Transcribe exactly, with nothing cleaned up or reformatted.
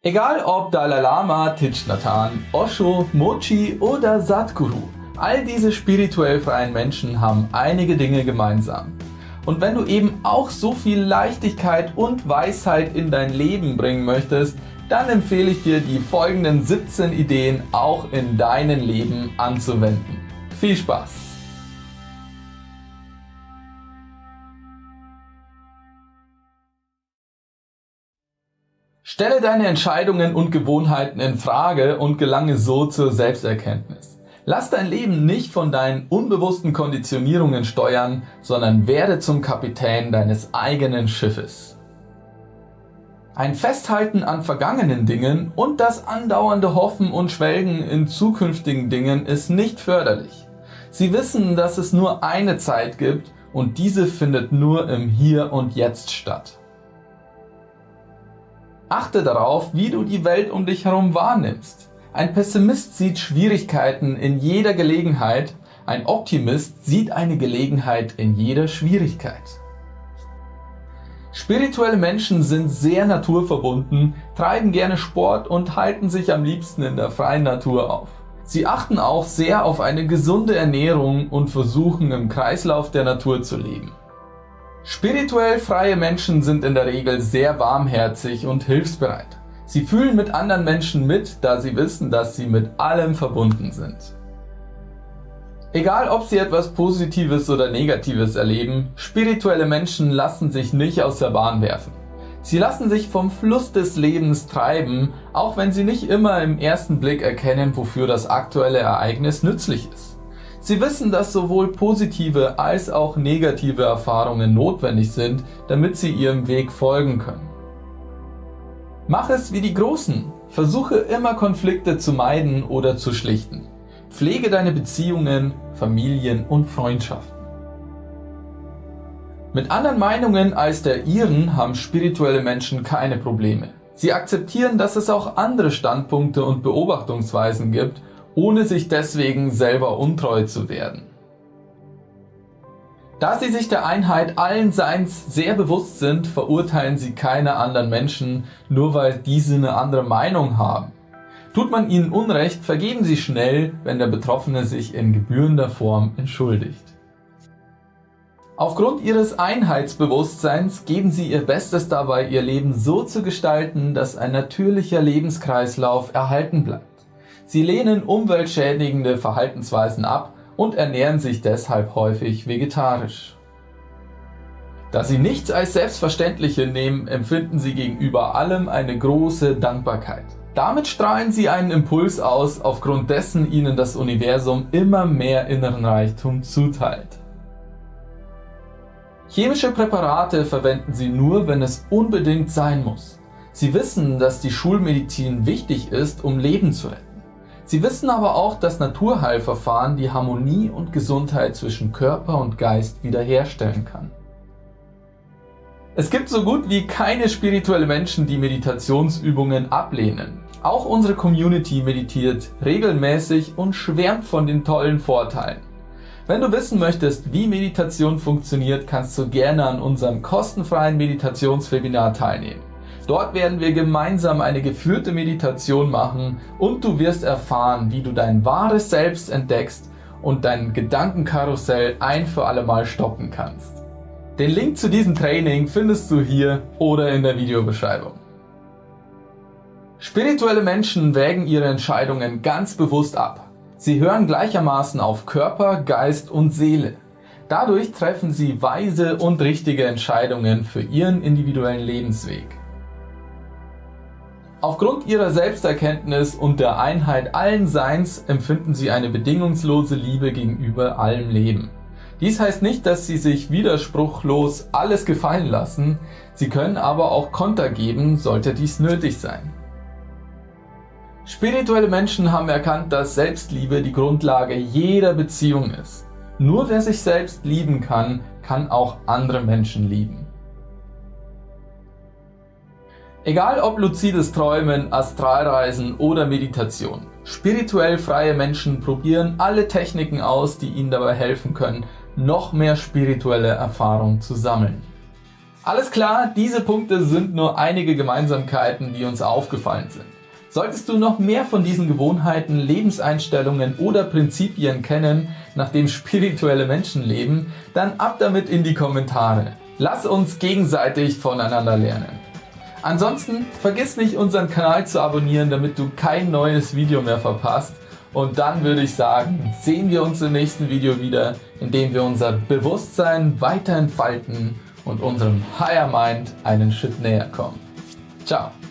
Egal ob Dalai Lama, Thich Nhat Hanh, Osho, Mochi oder Sadhguru, all diese spirituell freien Menschen haben einige Dinge gemeinsam. Und wenn du eben auch so viel Leichtigkeit und Weisheit in dein Leben bringen möchtest, dann empfehle ich dir, die folgenden siebzehn Ideen auch in deinem Leben anzuwenden. Viel Spaß! Stelle deine Entscheidungen und Gewohnheiten in Frage und gelange so zur Selbsterkenntnis. Lass dein Leben nicht von deinen unbewussten Konditionierungen steuern, sondern werde zum Kapitän deines eigenen Schiffes. Ein Festhalten an vergangenen Dingen und das andauernde Hoffen und Schwelgen in zukünftigen Dingen ist nicht förderlich. Sie wissen, dass es nur eine Zeit gibt und diese findet nur im Hier und Jetzt statt. Achte darauf, wie du die Welt um dich herum wahrnimmst. Ein Pessimist sieht Schwierigkeiten in jeder Gelegenheit, ein Optimist sieht eine Gelegenheit in jeder Schwierigkeit. Spirituelle Menschen sind sehr naturverbunden, treiben gerne Sport und halten sich am liebsten in der freien Natur auf. Sie achten auch sehr auf eine gesunde Ernährung und versuchen im Kreislauf der Natur zu leben. Spirituell freie Menschen sind in der Regel sehr warmherzig und hilfsbereit. Sie fühlen mit anderen Menschen mit, da sie wissen, dass sie mit allem verbunden sind. Egal ob sie etwas Positives oder Negatives erleben, spirituelle Menschen lassen sich nicht aus der Bahn werfen. Sie lassen sich vom Fluss des Lebens treiben, auch wenn sie nicht immer im ersten Blick erkennen, wofür das aktuelle Ereignis nützlich ist. Sie wissen, dass sowohl positive als auch negative Erfahrungen notwendig sind, damit sie ihrem Weg folgen können. Mach es wie die Großen. Versuche immer Konflikte zu meiden oder zu schlichten. Pflege deine Beziehungen, Familien und Freundschaften. Mit anderen Meinungen als der ihren haben spirituelle Menschen keine Probleme. Sie akzeptieren, dass es auch andere Standpunkte und Beobachtungsweisen gibt, ohne sich deswegen selber untreu zu werden. Da sie sich der Einheit allen Seins sehr bewusst sind, verurteilen sie keine anderen Menschen, nur weil diese eine andere Meinung haben. Tut man ihnen Unrecht, vergeben sie schnell, wenn der Betroffene sich in gebührender Form entschuldigt. Aufgrund ihres Einheitsbewusstseins geben sie ihr Bestes dabei, ihr Leben so zu gestalten, dass ein natürlicher Lebenskreislauf erhalten bleibt. Sie lehnen umweltschädigende Verhaltensweisen ab und ernähren sich deshalb häufig vegetarisch. Da sie nichts als Selbstverständliche nehmen, empfinden sie gegenüber allem eine große Dankbarkeit. Damit strahlen sie einen Impuls aus, aufgrund dessen ihnen das Universum immer mehr inneren Reichtum zuteilt. Chemische Präparate verwenden sie nur, wenn es unbedingt sein muss. Sie wissen, dass die Schulmedizin wichtig ist, um Leben zu retten. Sie wissen aber auch, dass Naturheilverfahren die Harmonie und Gesundheit zwischen Körper und Geist wiederherstellen kann. Es gibt so gut wie keine spirituelle Menschen, die Meditationsübungen ablehnen. Auch unsere Community meditiert regelmäßig und schwärmt von den tollen Vorteilen. Wenn du wissen möchtest, wie Meditation funktioniert, kannst du gerne an unserem kostenfreien Meditationswebinar teilnehmen. Dort werden wir gemeinsam eine geführte Meditation machen und du wirst erfahren, wie du dein wahres Selbst entdeckst und dein Gedankenkarussell ein für alle Mal stoppen kannst. Den Link zu diesem Training findest du hier oder in der Videobeschreibung. Spirituelle Menschen wägen ihre Entscheidungen ganz bewusst ab. Sie hören gleichermaßen auf Körper, Geist und Seele. Dadurch treffen sie weise und richtige Entscheidungen für ihren individuellen Lebensweg. Aufgrund ihrer Selbsterkenntnis und der Einheit allen Seins empfinden sie eine bedingungslose Liebe gegenüber allem Leben. Dies heißt nicht, dass sie sich widerspruchlos alles gefallen lassen, sie können aber auch Konter geben, sollte dies nötig sein. Spirituelle Menschen haben erkannt, dass Selbstliebe die Grundlage jeder Beziehung ist. Nur wer sich selbst lieben kann, kann auch andere Menschen lieben. Egal ob luzides Träumen, Astralreisen oder Meditation, spirituell freie Menschen probieren alle Techniken aus, die ihnen dabei helfen können, noch mehr spirituelle Erfahrung zu sammeln. Alles klar, diese Punkte sind nur einige Gemeinsamkeiten, die uns aufgefallen sind. Solltest du noch mehr von diesen Gewohnheiten, Lebenseinstellungen oder Prinzipien kennen, nach dem spirituelle Menschen leben, dann ab damit in die Kommentare. Lass uns gegenseitig voneinander lernen. Ansonsten vergiss nicht, unseren Kanal zu abonnieren, damit du kein neues Video mehr verpasst. Und dann würde ich sagen, sehen wir uns im nächsten Video wieder, in dem wir unser Bewusstsein weiter entfalten und unserem Higher Mind einen Schritt näher kommen. Ciao!